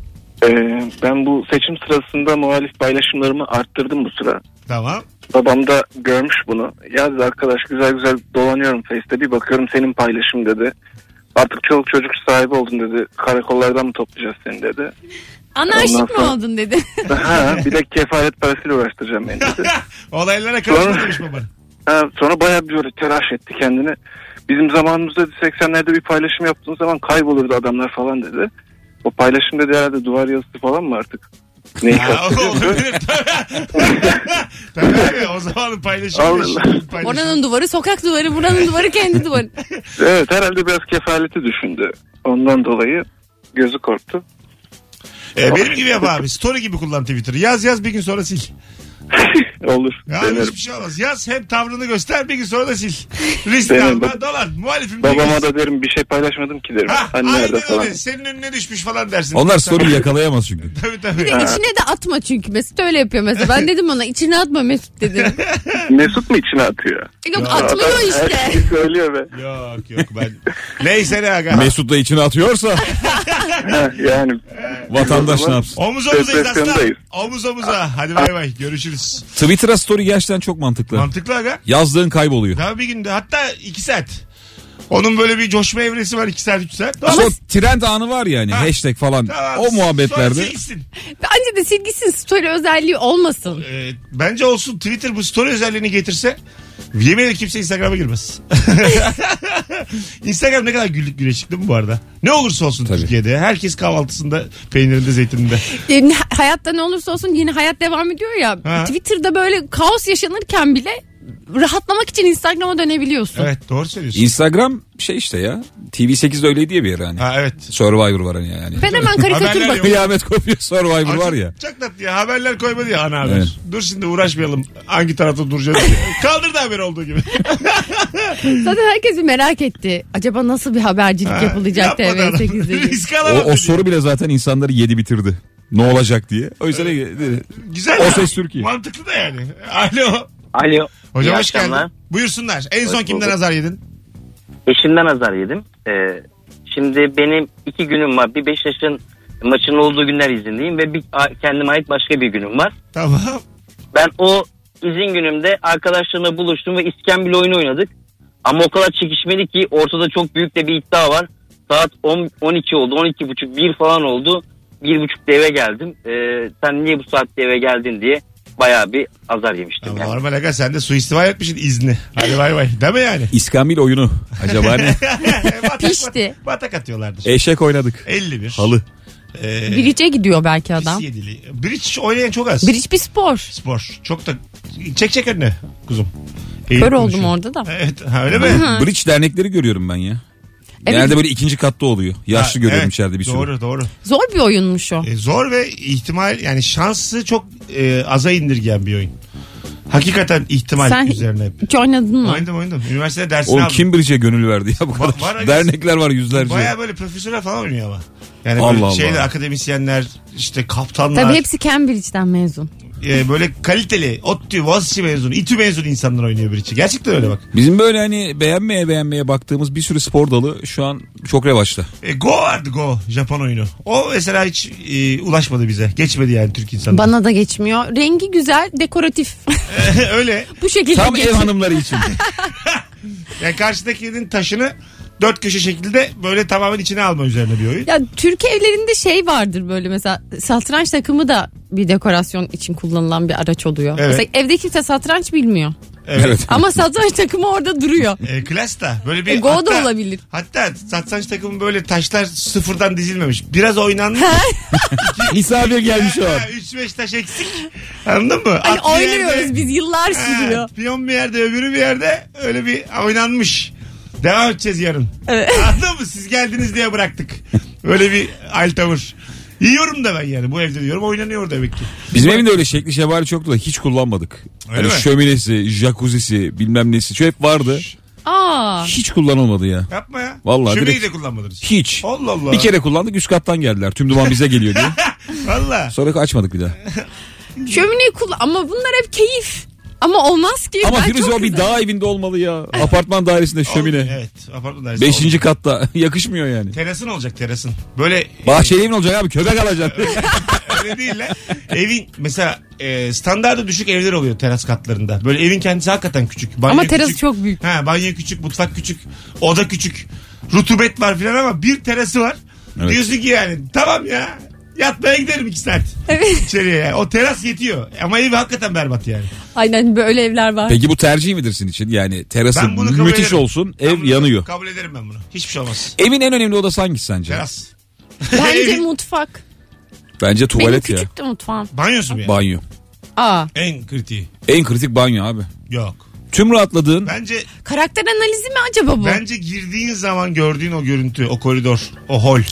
Ben bu seçim sırasında muhalif paylaşımlarımı arttırdım bu sıra. Tamam. Babam da görmüş bunu. Ya dedi, arkadaş güzel dolanıyorum Face'te, bir bakıyorum senin paylaşım dedi. Artık çoluk çocuk sahibi oldun dedi. Karakollardan mı toplayacağız seni dedi. Anarşik Ondan mi sonra- oldun dedi. Bir de kefalet parasıyla uğraştıracağım beni dedi. Olaylara karışma demiş baban. Sonra bayağı bir böyle telaş etti kendini. Bizim zamanımızda 80'lerde bir paylaşım yaptığın zaman kaybolurdu adamlar falan dedi. O paylaşım dedi herhalde duvar yazısı falan mı artık? Neyi kastediyordu? Olabilir tabii abi, o zamanın paylaşımı. Allah. Oranın duvarı sokak duvarı, buranın duvarı kendi duvarı. Evet, herhalde biraz kefaleti düşündü. Ondan dolayı gözü korktu. Benim gibi yap abi. Story gibi kullan Twitter'ı. Yaz bir gün sonra sil. Olur. Ya Denerim. hiçbir şey olmaz. Yaz, hem tavrını göster, bir gün sonra da sil. Risk Denerim. alma, dolan. Muhalifim. Babama da derim bir şey paylaşmadım ki derim. Hani nerede Aynen falan. öyle. Senin önüne düşmüş falan dersin. Onlar story yakalayamaz çünkü. Tabii. Ya içine de atma çünkü Mesut öyle yapıyor mesela. Ben dedim ona içine atma Mesut dedim. Mesut mu içine atıyor? Yok atmıyor Her işte. şeyi söylüyor be. Yok ben. Neyse ne aga. Mesut da içine atıyorsa Yani. vatandaş ne yapsın? Omuz omuzayız aslan. Depresyondayız. Omuz omuza. Hadi bay bay. Görüşürüz. Twitter'a story gerçekten çok mantıklı. Mantıklı aga. Yazdığın kayboluyor. Daha bir günde, hatta 2 saat. Onun böyle bir coşma evresi var, 2 saat 3 saat. İşte o trend anı var yani, hashtag falan. Tamam. O muhabbetlerde. Sonra silsin. Bence de silgisiz story özelliği olmasın. Bence olsun. Twitter bu story özelliğini getirse, yemin ederim kimse Instagram'a girmez. Instagram ne kadar güllük güneşlik değil mi bu arada? Ne olursa olsun Tabii. Türkiye'de. Herkes kahvaltısında, peynirinde, zeytininde. Hayatta ne olursa olsun yine hayat devam ediyor ya. Ha. Twitter'da böyle kaos yaşanırken bile rahatlamak için Instagram'a dönebiliyorsun. Evet doğru söylüyorsun. Instagram şey işte ya. TV8'de öyleydi ya bir ara hani. Ha evet. Survivor var hani yani. Ben hemen karikatür Haberler bakıyorum. Kıyamet kopuyor Survivor var ya. Çok tatlı ya. Haberler koymadı ya ana haber. Evet. Dur şimdi uğraşmayalım. Hangi tarafta duracağız diye. Kaldırdı haber olduğu gibi. Zaten herkes bir merak etti. Acaba nasıl bir habercilik yapılacak Yapmadı adam. TV8'de diye. Risk alamadı. O soru bile zaten insanları yedi bitirdi. Ne olacak diye. O yüzden Güzel. O ya. Ses Türkiye. Mantıklı da yani. Alo. Alo. Hocam İyi hoş geldin. akşamlar. Buyursunlar. En son Hoş kimden bulduk. azar yedin? Eşimden azar yedim. Şimdi benim 2 günüm var. Bir Beşiktaş'ın maçının olduğu günler izinliyim ve bir kendime ait başka bir günüm var. Tamam. Ben o izin günümde arkadaşlarımla buluştum ve iskambil oyunu oynadık. Ama o kadar çekişmeli ki ortada çok büyük de bir iddia var. Saat 12 oldu, 12.30, 1 falan oldu. 1.30'da eve geldim. Sen niye bu saatte eve geldin diye bayağı bir azar yemiştim. Ama Yani. normal aga sen de suistimal etmişsin izni. Hadi bay bay. Değil mi yani? İskambil oyunu. Acaba ne? Pişti. Batak atıyorlardır. Eşek oynadık. 51. Halı. Bridge'e gidiyor belki adam. Pis yedili. Bridge oynayan çok az. Bridge bir spor. Spor. Çok da çek önüne kuzum. Kör oldum orada da. Evet. Ha, öyle mi? Bridge dernekleri görüyorum ben ya. Evet. Genelde böyle ikinci katta oluyor. Yaşlı Ha, görüyorum evet, içeride bir sürü. Doğru. Zor bir oyunmuş o. Zor ve ihtimal yani şansı çok aza indirgeyen bir oyun. Hakikaten ihtimal Sen üzerine. hiç oynadın mı? Oynadım. Üniversitede dersini Oğlum aldım. kim Bridge'e gönül verdi ya bu kadar. var- Dernekler var yüzlerce. Baya böyle profesörler falan oynuyor ama. Yani Allah böyle Allah. şeyler, akademisyenler, işte kaptanlar. Tabii hepsi Cambridge'den mezun. Böyle kaliteli, ODTÜ, Boğaziçi mezunu, İTÜ mezunu insanlar oynuyor Bridge'i. Gerçekten öyle bak. Bizim böyle hani beğenmeye baktığımız bir sürü spor dalı şu an çok revaçta. Go vardı Go, Japon oyunu. O mesela hiç ulaşmadı bize. Geçmedi yani Türk insanları. Bana da geçmiyor. Rengi güzel, dekoratif. Öyle. Bu şekilde Tam ev geçiyor. hanımları için. Yani karşıdakinin taşını dört köşe şekilde böyle tamamen içine alma üzerine bir oyun. Ya Türk evlerinde şey vardır böyle mesela satranç takımı da bir dekorasyon için kullanılan bir araç oluyor. Evet. Mesela evde kimse satranç bilmiyor. Evet. Ama satranç takımı orada duruyor. Klas da böyle bir Go da hatta- olabilir. Hatta satranç takımı böyle taşlar sıfırdan dizilmemiş. Biraz oynanmış. Misafir gelmiş o an. 3-5 taş eksik. Anladın mı? Hani At bir oynuyoruz yerde- biz yıllar Ha, sürüyor. piyon bir yerde öbürü bir yerde öyle bir oynanmış. Devam edeceğiz yarın. Evet. Anladın mı? Siz geldiniz diye bıraktık. Öyle bir hal tavır. Yiyorum da ben yani. Bu evde diyorum oynanıyor demek ki. Bizim evinde öyle şekli şemali çoktu da hiç kullanmadık. Öyle Hani mi? şöminesi, jacuzzisi bilmem nesi şu hep vardı. Aa. Hiç kullanılmadı ya. Yapma ya. Vallahi Şömineyi direkt- de kullanmadınız. Hiç. Allah Allah. Bir kere kullandık üst kattan geldiler. Tüm duman bize geliyor diye. Valla. Sonra açmadık bir daha. Şömineyi kullan ama bunlar hep keyif. Ama olmaz ki. Ama Ben Firuze çok o bir güzel. dağ evinde olmalı ya. Apartman dairesinde şömine. Evet. Apartman dairesi oldu. 5. katta. Yakışmıyor yani. Terasın olacak terasın. Böyle Bahçeli evin olacak abi köpek alacaksın. öyle değil lan. Evin mesela standartı düşük evler oluyor teras katlarında. Böyle evin kendisi hakikaten küçük. Banyo Ama terası küçük. çok büyük. Ha, banyo küçük, mutfak küçük, oda küçük. Rutubet var filan ama bir terası var. Evet. Diyorsun ki yani tamam ya yatmaya giderim 2 saat. Evet. İçeriye yani. O teras yetiyor. Ama ev hakikaten berbat yani. Aynen böyle evler var. Peki bu tercih midir sizin için? Yani terası Ben bunu kabul müthiş ederim. olsun Ben ev bunu yanıyor. Kabul ederim ben bunu. Hiçbir şey olmaz. Evin en önemli odası hangisi sence? Teras. Bence Evin- mutfak. Bence Benim tuvalet ya. küçüktü mutfağım. Banyosu mu yani? Banyo. Aa. En kritiği. En kritik banyo abi. Yok. Tüm rahatladığın Bence Karakter analizi mi acaba bu? Bence girdiğin zaman gördüğün o görüntü, o koridor, o hol.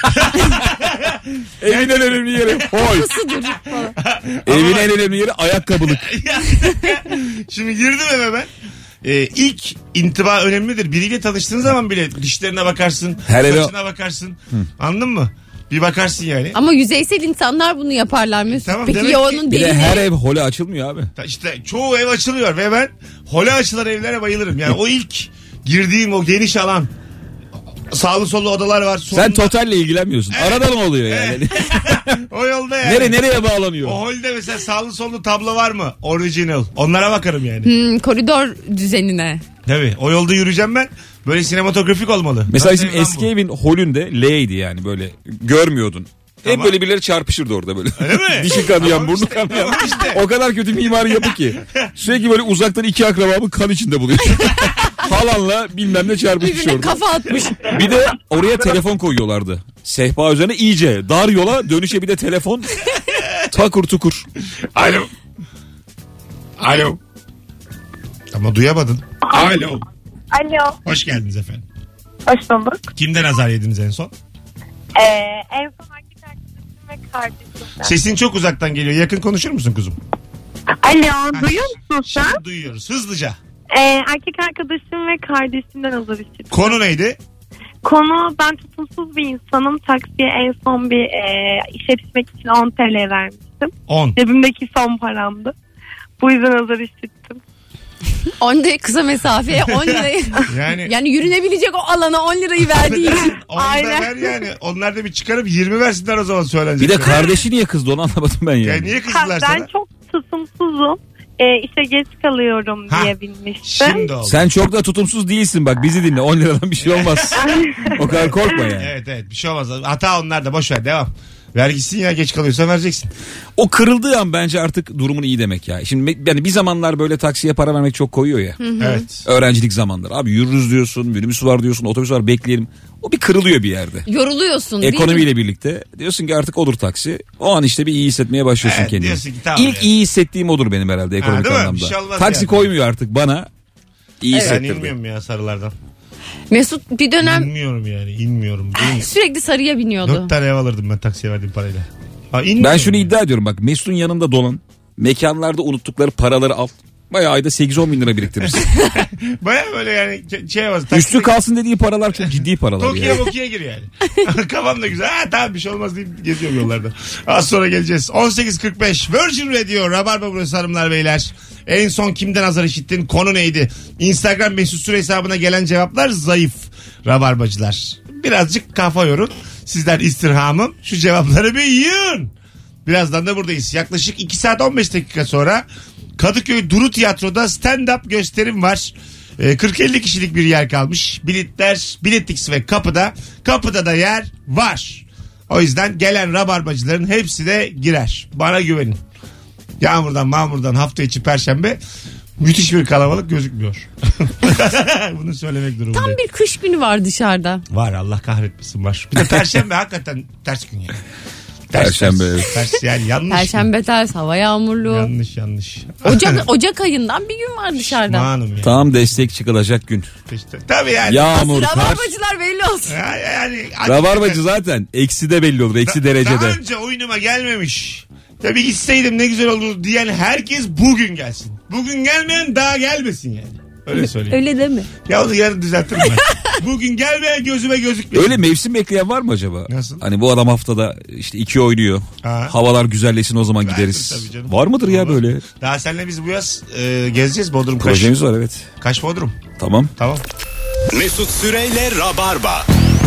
evin en önemli yeri hol. Nasıldır falan. Evin en önemli yeri ayakkabılık. Şimdi girdim eve ben. İlk intiba önemlidir. Biriyle tanıştığın zaman bile dişlerine bakarsın, Her eve- saçına bakarsın. Anladın mı? Bir bakarsın yani. Ama yüzeysel insanlar bunu yaparlar Mesut. Tamam, Peki demek ya ki- onun Bir de deli her ne? ev hole açılmıyor abi. İşte çoğu ev açılıyor ve ben hole açılan evlere bayılırım. Yani o ilk girdiğim o geniş alan. Sağlı sollu odalar var. Sen Solunda- totalle ilgilenmiyorsun. Aradan oluyor yani. o yolda yani. Nereye bağlanıyor? O holde mesela sağlı sollu tablo var mı? Original. Onlara bakarım yani. Koridor düzenine. Tabii. O yolda yürüyeceğim ben. Böyle sinematografik olmalı. Mesela Nasıl bizim ev lan eski bu? evin holünde L'ydi yani böyle görmüyordun. Tamam. Hep böyle birileri çarpışırdı orada böyle. Öyle mi? Dişi kanayan, Tamam burnu işte, kanayan. tamam işte. O kadar kötü mimari yapı ki. Sürekli böyle uzaktan iki akrabamı kan içinde buluyor. Halanla bilmem ne çarpışmış Birbirine orada. kafa atmış. Bir de oraya telefon koyuyorlardı. Sehpa üzerine iyice dar yola dönüşe bir de telefon. Takur tukur. Alo. Alo. Ama duyamadın. Alo. Alo. Hoş geldiniz efendim. Hoş bulduk. Kimden azar yediniz en son? En son erkek arkadaşım ve kardeşimden. Sesin çok uzaktan geliyor. Yakın konuşur musun kuzum? Alo, duyuyor musun sen? Şimdi duyuyoruz. Hızlıca. Erkek arkadaşım ve kardeşimden azar işittim. Konu neydi? Konu, ben tutumsuz bir insanım. Taksiye en son bir işe yetişmek için 10 TL vermiştim. 10. Cebimdeki son paramdı. Bu yüzden azar işittim. 10 lirayı kısa mesafeye 10 lirayı yani yürünebilecek o alana 10 lirayı verdiği için. Onu da ver yani. Onlar da bir çıkarıp 20 versinler o zaman söylenecek. Bir de kardeşi niye kızdı onu anlamadım ben yani. Ya niye kızdılar sana? Ben çok tutumsuzum. İşe geç kalıyorum diye bilmiştim. Şimdi oldu. Sen çok da tutumsuz değilsin bak bizi dinle 10 liradan bir şey olmaz. O kadar korkma yani. Evet bir şey olmaz. Hata onlar da boş ver devam. Vergisin ya geç kalıyorsan vereceksin. O kırıldığı an bence artık durumun iyi demek ya. Şimdi yani bir zamanlar böyle taksiye para vermek çok koyuyor ya. Evet. Öğrencilik zamanları. Abi yürürüz diyorsun, minibüs var diyorsun, otobüs var bekleyelim. O bir kırılıyor bir yerde. Yoruluyorsun değil mi? Ekonomiyle birlikte diyorsun ki artık olur taksi. O an işte bir iyi hissetmeye başlıyorsun Evet, kendini. diyorsun ki tamam İlk yani. iyi hissettiğim odur benim herhalde ekonomik değil mi? anlamda. Bir şey olmaz Taksi yani. koymuyor artık bana. İyi Ben hissettirdi. inmiyorum ya sarılardan. Mesut bir dönem İnmiyorum yani inmiyorum. Değil mi? sürekli sarıya biniyordu. 4 tane ev alırdım ben taksiye verdiğim parayla. İnmiyorum. Ben şunu iddia ediyorum bak Mesut'un yanında dolan mekanlarda unuttukları paraları al. Bayağı ayda 8-10 bin lira biriktirirsin. Baya böyle yani şey var. Üstü kalsın dediği paralar çok ciddi paralar. Tokyo'ya yani. Moki'ye gir yani. Kafam da güzel. Tamam bir şey olmaz deyip geziyorum yollarda. Az sonra geleceğiz. 18.45 Virgin Radio Rabarba burası hanımlar beyler. En son kimden azar işittin? Konu neydi? Instagram Mesut Süre hesabına gelen cevaplar zayıf. Rabarbacılar. Birazcık kafa yorun. Sizden istirhamım şu cevapları bir yiyin. Birazdan da buradayız. Yaklaşık 2 saat 15 dakika sonra Kadıköy Duru Tiyatro'da stand-up gösterim var. 40-50 kişilik bir yer kalmış. Biletler Biletix ve kapıda. Kapıda da yer var. O yüzden gelen rabarbacıların hepsi de girer. Bana güvenin. Yağmurdan hafta içi Perşembe müthiş bir kalabalık gözükmüyor. Bunu söylemek durumundayım. Tam bir kış günü var dışarıda. Var Allah kahretmesin var. Bir de Perşembe hakikaten ters gün yani. Perşembe. Ters yani yanlış. Perşembe ters, hava yağmurlu. Yanlış. Ocak ayından bir gün var dışarıda. Pişmanım yani. Tam destek çıkılacak gün. İşte, tabii yani. Yağmur, kar. Rabarbacılar belli olsun. Yani, Rabarbacı zaten eksi de belli olur. Eksi derecede. Daha önce oyunuma gelmemiş. Tabii gitseydim ne güzel olurdu diyen herkes bugün gelsin. Bugün gelmeyen daha gelmesin yani. Öyle söyleyeyim. Öyle deme. Ya onu yarın düzeltirim ben. Bugün gelmeyen gözüme gözükmüyor. Öyle mevsim bekleyen var mı acaba? Nasıl? Hani bu adam haftada işte 2 oynuyor. Ha. Havalar güzelleşsin o zaman Vardır gideriz. tabii canım. Var mıdır ya Olur. böyle? Daha seninle biz bu yaz gezeceğiz Bodrum Kaş. Projemiz var evet. Kaş Bodrum. Tamam. Tamam. Mesut Süreyle Rabarba.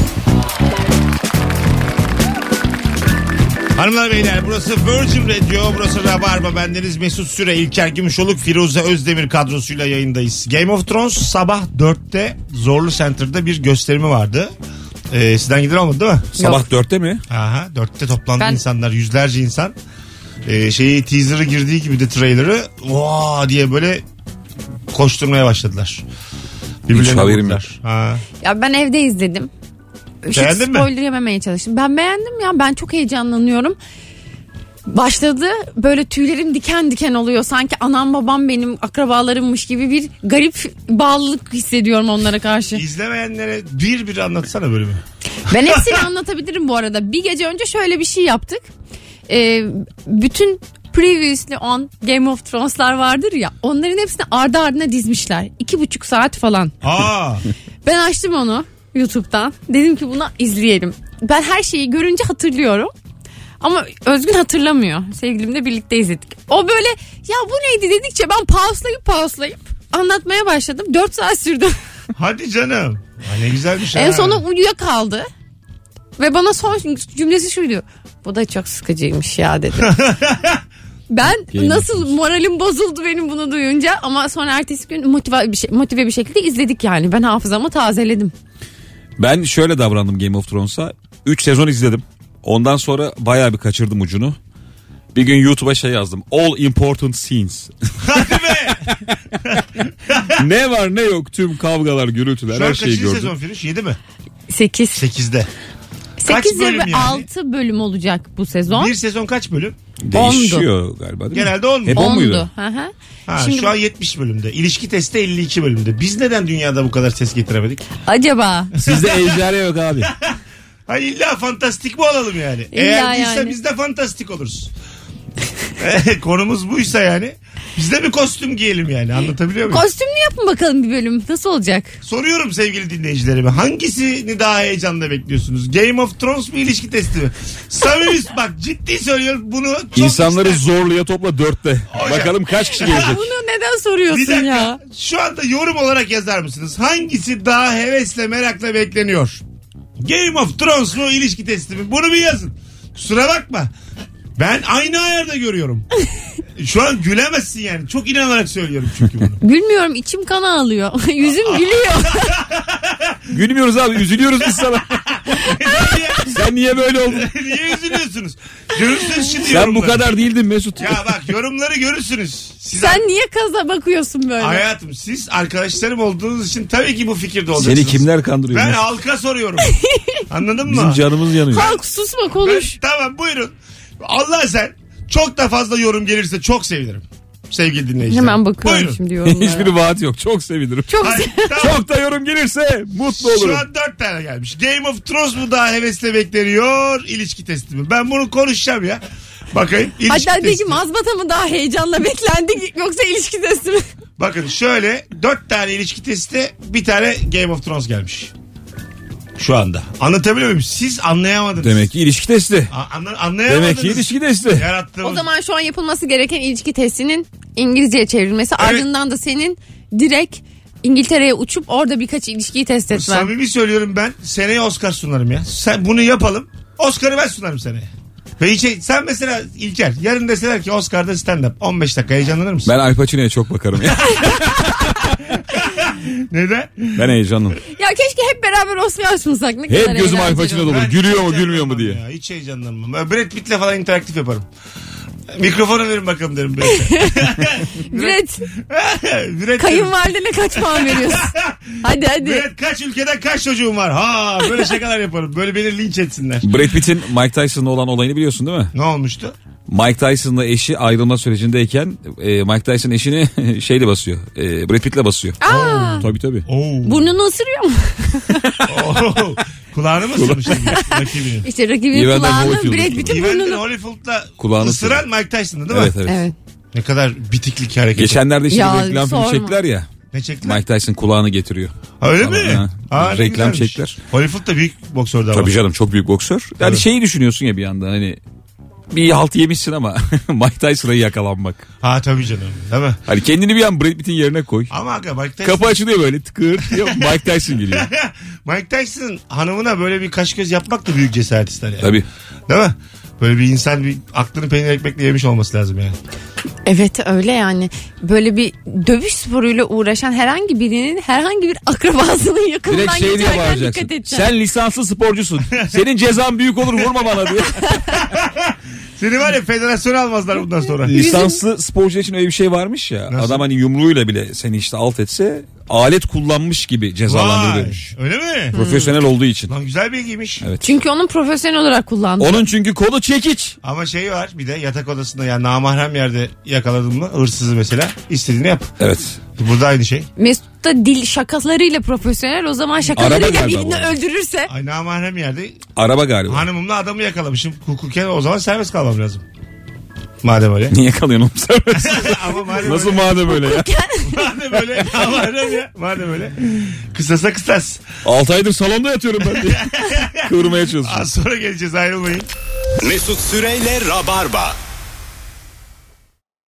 Hanımlar beyler burası Virgin Radio, burası Rabarba. Bendeniz Mesut Süre, İlker Gümüşoluk, Firuze Özdemir kadrosuyla yayındayız. Game of Thrones sabah 4'te Zorlu Center'da bir gösterimi vardı. Sizden giden olmadı değil mi? Sabah 4'te mi? Aha 4'te toplandı Ben- insanlar, yüzlerce insan. Teaser'ı girdiği gibi de trailer'ı vaa diye böyle koşturmaya başladılar. Birbirlerine haberim vurdular. Ha. Ya ben evde izledim. Hiç Beğendin mi? spoiler yememeye çalıştım. Ben beğendim ya. Ben çok heyecanlanıyorum. Başladı böyle tüylerim diken diken oluyor. Sanki anam babam benim akrabalarımmış gibi bir garip bağlılık hissediyorum onlara karşı. İzlemeyenlere bir anlatsana bölümü. Ben hepsini anlatabilirim bu arada. Bir gece önce şöyle bir şey yaptık. Bütün previously on Game of Thrones'lar vardır ya. Onların hepsini ardı ardına dizmişler. 2,5 saat falan. Aa. Ben açtım onu YouTube'dan. Dedim ki bunu izleyelim. Ben her şeyi görünce hatırlıyorum. Ama Özgün hatırlamıyor. Sevgilimle birlikte izledik. O böyle ya bu neydi dedikçe ben pauslayıp anlatmaya başladım. 4 saat sürdü. Hadi canım. Ha, ne güzelmiş ha. En sona uyuyakaldı. Ve bana son cümlesi şuydu. Bu da çok sıkıcıymış ya dedi. Ben nasıl moralim bozuldu benim bunu duyunca ama sonra ertesi gün motive bir şekilde izledik yani. Ben hafızamı tazeledim. Ben şöyle davrandım Game of Thrones'a. 3 sezon izledim. Ondan sonra bayağı bir kaçırdım ucunu. Bir gün YouTube'a şey yazdım. All important scenes. Ne var ne yok tüm kavgalar, gürültüler, Şu an her şeyi kaçıncı gördüm. sezon Firuş? 7 mi? 8. 8'de. Kaç 8 bölüm ve yani? 6 bölüm olacak bu sezon. Bir sezon kaç bölüm? Değişiyor galiba değil mi? Genelde 10 mu? Hep 10 muydu? 10'du. Hı hı. Ha, Şimdi- şu an 70 bölümde. İlişki testi 52 bölümde. Biz neden dünyada bu kadar ses getiremedik? Acaba? Sizde ejderha yok abi. Ha illa fantastik mi olalım yani? İlla Eğer buysa yani. biz de fantastik oluruz. Konumuz buysa yani. Biz de bir kostüm giyelim yani, anlatabiliyor muyum? Kostümlü yapın bakalım bir bölüm. Nasıl olacak? Soruyorum sevgili dinleyicilerime. Hangisini daha heyecanla bekliyorsunuz? Game of Thrones mu, ilişki testi mi? Samimi bak, ciddi söylüyorum bunu çok İnsanları isterim. zorluya topla 4'te. Hocam. Bakalım kaç kişi gelecek. Bunu neden Bir soruyorsun dakika. ya? Şu anda yorum olarak yazar mısınız? Hangisi daha hevesle, merakla bekleniyor? Game of Thrones mu, ilişki testi mi? Bunu bir yazın. Kusura bakma. Ben aynı ayarda görüyorum. Şu an gülemezsin yani. Çok inanarak söylüyorum çünkü bunu. Gülmüyorum, içim kan ağlıyor. Yüzüm gülüyor. Gülmüyoruz abi, üzülüyoruz biz sana. Sen niye böyle oldun? Niye üzülüyorsunuz? Görürsünüz şimdi Sen yorumları. bu kadar değildin Mesut. Ya bak, yorumları görürsünüz. Siz Sen niye kaza bakıyorsun böyle? Hayatım, siz arkadaşlarım olduğunuz için tabii ki bu fikirde olacaksınız. Seni kimler kandırıyor? Ben Mesut? halka soruyorum. Anladın Bizim mı? canımız yanıyor. Halk susma, konuş. Tamam, buyurun. Allah sen, çok da fazla yorum gelirse çok sevinirim. Sevgili dinleyiciler. Hemen bakıyorum Buyurun. şimdi yorumlara. Hiçbiri vaat yok. Çok sevinirim. Çok Hayır, tamam. Çok da yorum gelirse mutlu olurum. Şu an 4 tane gelmiş. Game of Thrones mu daha hevesle bekleniyor, ilişki testi mi? Ben bunu konuşacağım ya. Bakayım, ilişki Hatta testi. peki mazbata mı daha heyecanla beklendik yoksa ilişki testi mi? Bakın şöyle, 4 tane ilişki testi, bir tane Game of Thrones gelmiş. Şu anda. Anlatabiliyor muyum? Siz anlayamadınız. Demek ki ilişki testi. Anlayamadınız. Demek ki ilişki testi. Yarattığımız... O zaman şu an yapılması gereken ilişki testinin İngilizceye çevrilmesi. Evet. Ardından da senin direkt İngiltere'ye uçup orada birkaç ilişkiyi test etmen. Samimi söylüyorum, ben seneye Oscar sunarım ya. Sen bunu yapalım. Oscar'ı ben sunarım seneye. Ve hiç, sen mesela İlker yarın deseler ki Oscar'da stand-up 15 dakika, heyecanlanır mısın? Ben Al Pacino'ya çok bakarım ya. Neden? Ben heyecanlıyım. Ya keşke hep beraber Oscar sunsak. Ne kadar Hep gözüm Al eğlenceli Pacino'da olur. olur. Ben Gülüyor mu hiç gülmüyor mu heyecanlanmam diye. Ya, hiç heyecanlanmam. Brad Pitt'le falan interaktif yaparım. Mikrofonu verin bakalım derim Brad'e. Brad, kayınvalidene kaç puan veriyorsun? Hadi. Brad, kaç ülkeden kaç çocuğun var? Ha, böyle şakalar yaparım. Böyle beni linç etsinler. Brad Pitt'in Mike Tyson'la olan olayını biliyorsun değil mi? Ne olmuştu? Mike Tyson'la eşi ayrılma sürecindeyken Mike Tyson eşini şeyle basıyor. Brad Pitt'le basıyor. Aa, Tabii. burnunu ısırıyor mu? Kulağını mı ısırmış rakibinin? İşte rakibinin Evander kulağını, Holyfield. Brad Pitt'in Evander burnunu. Holyfield'la Kulağını ısıran Mike Tyson'dı değil mi? Evet. Evet. Ne kadar bitiklik hareket. Geçenlerde işte Ya, reklam filmi sorma. çektiler ya. Ne çektiler? Mike Tyson kulağını getiriyor. Ha, öyle Ama, mi? ha, Aa, ne reklam güzelmiş. çektiler. Holyfield da büyük boksördü ama. Tabii canım, çok büyük boksör. Yani Tabii. şeyi düşünüyorsun ya bir yandan, hani bir halt yemişsin ama Mike Tyson'a yakalanmak. Ha tabii canım. Değil mi? Hani kendini bir an Brad Pitt'in yerine koy. Ama aga Mike Tyson... Kapı açılıyor böyle tıkır diyor, Mike Tyson geliyor. Mike Tyson'ın hanımına böyle bir kaş göz yapmak da büyük cesaret ister yani. Tabii. Değil mi? Böyle bir insan bir aklını peynir ekmekle yemiş olması lazım yani. Evet öyle yani. Böyle bir dövüş sporuyla uğraşan herhangi birinin herhangi bir akrabasının yakından Direkt şey diye geçerken bağıracaksın. dikkat edeceksin. Sen lisanslı sporcusun. Senin cezan büyük olur, vurma bana diye. Seni var ya, federasyona almazlar bundan sonra. Lisanslı sporcu için öyle bir şey varmış ya. Nasıl? Adam hani yumruğuyla bile seni işte alt etse alet kullanmış gibi cezalandırılıyormuş. Öyle mi? Profesyonel olduğu için. Lan güzel bilgiymiş. Evet. Çünkü onun profesyonel olarak kullandığı. Onun çünkü kolu çekiç. Ama şey var bir de, yatak odasında ya namahrem yerde yakaladın mı hırsızı mesela, istediğini yap. Evet. Burada aynı şey. Mesut da dil şakalarıyla profesyonel, o zaman Araba şakalarıyla galiba birini bu. öldürürse. Ay namahrem yerde Araba galiba. hanımımla adamı yakalamışım hukuken, o zaman serbest kalmam lazım. Madem öyle. Niye kalıyorsun oğlum sen? Ama madem Nasıl öyle. madem öyle ya? Madem öyle. Namahrem ya. Madem öyle. Kısasa kısas. 6 aydır salonda yatıyorum ben diye. Kıvırmaya çalışıyorum. Az sonra geleceğiz, ayrılmayın. Mesut Süreyle Rabarba.